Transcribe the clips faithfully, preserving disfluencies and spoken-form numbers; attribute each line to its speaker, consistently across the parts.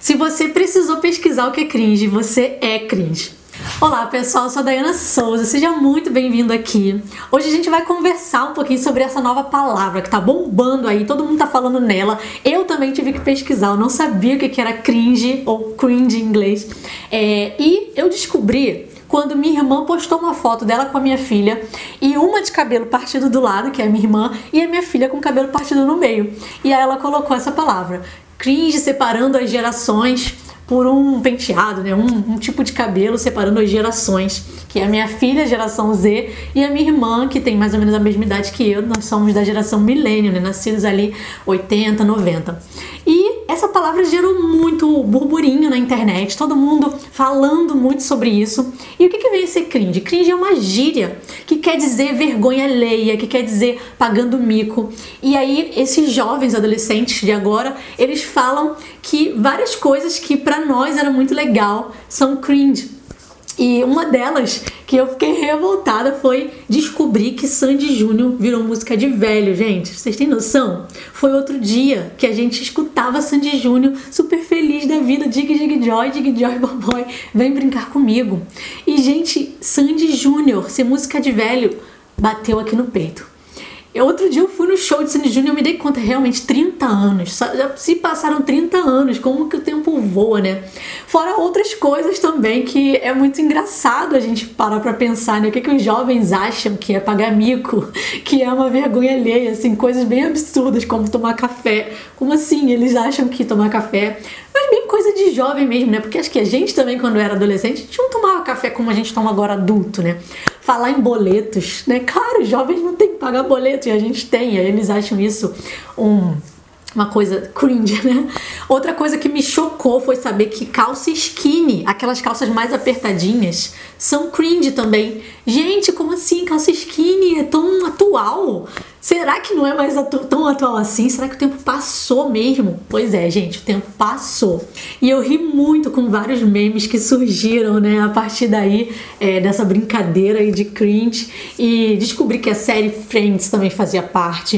Speaker 1: Se você precisou pesquisar o que é cringe, você é cringe. Olá pessoal, eu sou a Dayana Souza, seja muito bem-vindo aqui. Hoje a gente vai conversar um pouquinho sobre essa nova palavra que tá bombando aí, todo mundo tá falando nela. Eu também tive que pesquisar, eu não sabia o que era cringe ou cringe em inglês. É, e eu descobri quando minha irmã postou uma foto dela com a minha filha e uma de cabelo partido do lado, que é a minha irmã, e a minha filha com cabelo partido no meio. E aí ela colocou essa palavra, cringe, separando as gerações por um penteado, né? Um, um tipo de cabelo separando as gerações, que é a minha filha, geração Z, e a minha irmã, que tem mais ou menos a mesma idade que eu. Nós somos da geração milênio, né? Nascidos ali oitenta, noventa. E essa palavra gerou muito burburinho na internet, todo mundo falando muito sobre isso. E o que que vem a ser cringe? Cringe é uma gíria que quer dizer vergonha alheia, que quer dizer pagando mico. E aí esses jovens adolescentes de agora, eles falam que várias coisas que pra nós era muito legal são cringe. E uma delas que eu fiquei revoltada foi descobrir que Sandy Júnior virou música de velho, gente. Vocês têm noção? Foi outro dia que a gente escutava Sandy Júnior super feliz da vida, dig dig joy, dig joy boy, vem brincar comigo. E gente, Sandy Júnior ser música de velho bateu aqui no peito. Outro dia eu fui no show de Sandy Júnior e me dei conta, realmente, trinta anos. Já se passaram trinta anos, como que o tempo voa, né? Fora outras coisas também que é muito engraçado a gente parar pra pensar, né? O que, que os jovens acham que é pagar mico, que é uma vergonha alheia, assim, coisas bem absurdas como tomar café. Como assim eles acham que tomar café... Mas bem coisa de jovem mesmo, né? Porque acho que a gente também, quando era adolescente, a gente não tomava café como a gente toma agora adulto, né? Falar em boletos, né? Claro, os jovens não tem que pagar boleto e a gente tem. Aí eles acham isso um... uma coisa cringe, né? Outra coisa que me chocou foi saber que calça skinny, aquelas calças mais apertadinhas, são cringe também. Gente, como assim? Calça skinny é tão atual? Será que não é mais atu- tão atual assim? Será que o tempo passou mesmo? Pois é, gente, o tempo passou. E eu ri muito com vários memes que surgiram, né? A partir daí, é, dessa brincadeira aí de cringe. E descobri que a série Friends também fazia parte.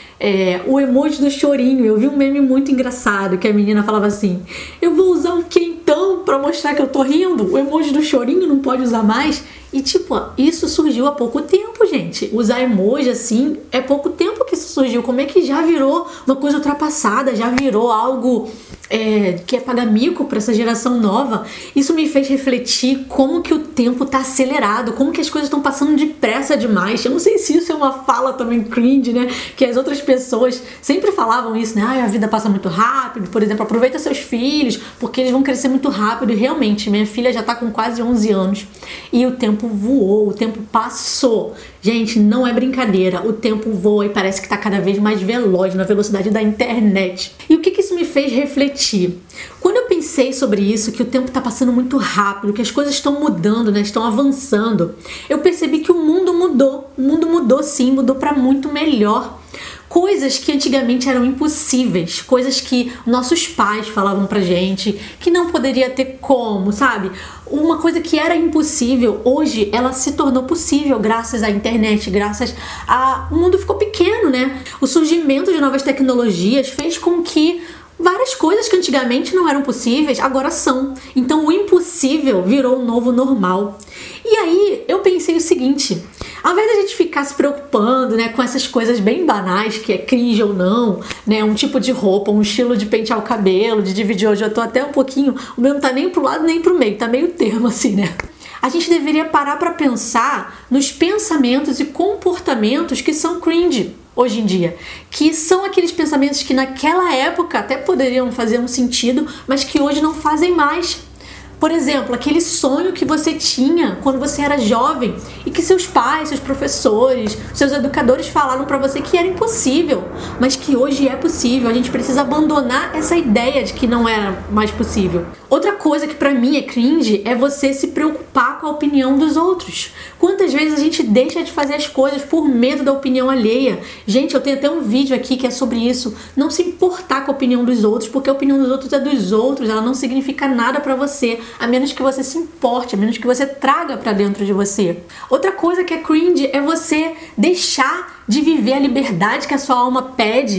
Speaker 1: É, o emoji do chorinho, eu vi um meme muito engraçado que a menina falava assim: eu vou usar o que então pra mostrar que eu tô rindo? O emoji do chorinho não pode usar mais? E tipo, isso surgiu há pouco tempo, gente. Usar emoji assim, é pouco tempo que isso surgiu. Como é que já virou uma coisa ultrapassada, já virou algo é, que é pagar mico pra essa geração nova? Isso me fez refletir como que o tempo tá acelerado, como que as coisas estão passando depressa demais. Eu não sei se isso é uma fala também cringe, né? Que as outras pessoas sempre falavam isso, né? Ah, a vida passa muito rápido, por exemplo, aproveita seus filhos, porque eles vão crescer muito rápido. E realmente, minha filha já tá com quase onze anos e o tempo voou, o tempo passou. Gente, não é brincadeira, o tempo voa e parece que tá cada vez mais veloz, na velocidade da internet. E o que que isso me fez refletir? Quando eu pensei sobre isso, que o tempo tá passando muito rápido, que as coisas estão mudando, né, estão avançando, eu percebi que o mundo mudou. O mundo mudou sim, mudou pra muito melhor. Coisas que antigamente eram impossíveis, coisas que nossos pais falavam pra gente, que não poderia ter como, sabe? Uma coisa que era impossível, hoje ela se tornou possível graças à internet, graças a... O mundo ficou pequeno, né? O surgimento de novas tecnologias fez com que várias coisas que antigamente não eram possíveis, agora são. Então o impossível virou o novo normal. E aí eu pensei o seguinte: ao invés da gente ficar se preocupando, né, com essas coisas bem banais, que é cringe ou não, né, um tipo de roupa, um estilo de pentear o cabelo, de dividir, hoje eu tô até um pouquinho, o meu não tá nem pro lado nem pro meio, tá meio termo assim, né? A gente deveria parar pra pensar nos pensamentos e comportamentos que são cringe hoje em dia, que são aqueles pensamentos que naquela época até poderiam fazer um sentido, mas que hoje não fazem mais. Por exemplo, aquele sonho que você tinha quando você era jovem e que seus pais, seus professores, seus educadores falaram pra você que era impossível, mas que hoje é possível. A gente precisa abandonar essa ideia de que não era mais possível. Outra coisa que pra mim é cringe é você se preocupar com a opinião dos outros. Quantas vezes a gente deixa de fazer as coisas por medo da opinião alheia? Gente, eu tenho até um vídeo aqui que é sobre isso. Não se importar com a opinião dos outros, porque a opinião dos outros é dos outros, ela não significa nada pra você, a menos que você se importe, a menos que você traga pra dentro de você. Outra coisa que é cringe é você deixar de viver a liberdade que a sua alma pede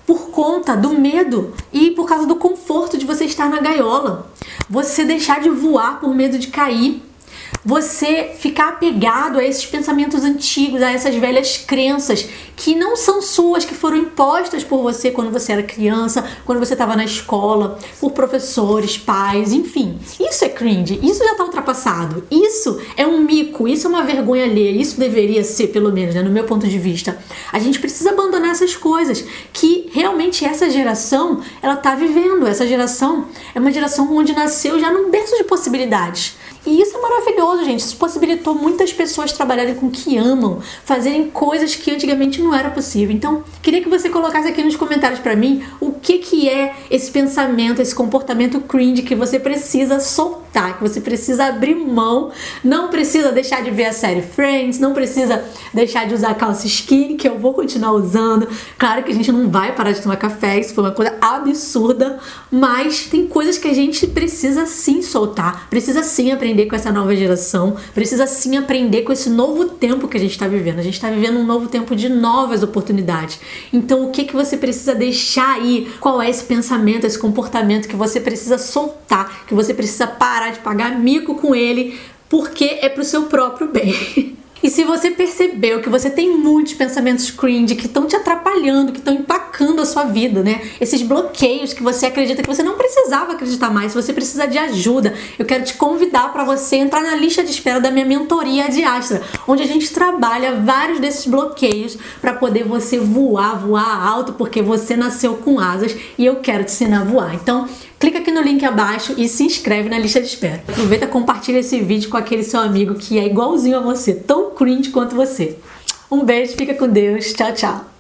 Speaker 1: por conta do medo e por causa do conforto de você estar na gaiola. Você deixar de voar por medo de cair. Você ficar apegado a esses pensamentos antigos, a essas velhas crenças que não são suas, que foram impostas por você quando você era criança, quando você estava na escola, por professores, pais, enfim. Isso é cringe, isso já está ultrapassado, isso é um mico, isso é uma vergonha alheia, isso deveria ser, pelo menos, né, no meu ponto de vista. A gente precisa abandonar essas coisas que realmente essa geração, ela está vivendo. Essa geração é uma geração onde nasceu já num berço de possibilidades. E isso é maravilhoso, gente. Isso possibilitou muitas pessoas trabalharem com o que amam, fazerem coisas que antigamente não era possível. Então, queria que você colocasse aqui nos comentários pra mim o que que é esse pensamento, esse comportamento cringe que você precisa soltar, que você precisa abrir mão, não precisa deixar de ver a série Friends, não precisa deixar de usar calça skinny, que eu vou continuar usando. Claro que a gente não vai parar de tomar café, isso foi uma coisa absurda, mas tem coisas que a gente precisa sim soltar, precisa sim aprender com essa nova geração, precisa sim aprender com esse novo tempo que a gente está vivendo. A gente está vivendo um novo tempo de novas oportunidades. Então, o que que você precisa deixar aí? Qual é esse pensamento, esse comportamento que você precisa soltar, que você precisa parar de pagar mico com ele, porque é pro seu próprio bem. E se você percebeu que você tem muitos pensamentos cringe que estão te atrapalhando, que estão empacando a sua vida, né? Esses bloqueios que você acredita que você não precisava acreditar mais, se você precisa de ajuda, eu quero te convidar para você entrar na lista de espera da minha mentoria de Astra, onde a gente trabalha vários desses bloqueios para poder você voar, voar alto, porque você nasceu com asas e eu quero te ensinar a voar. Então, clica aqui no link abaixo e se inscreve na lista de espera. Aproveita e compartilha esse vídeo com aquele seu amigo que é igualzinho a você, tão cringe quanto você. Um beijo, fica com Deus, tchau, tchau.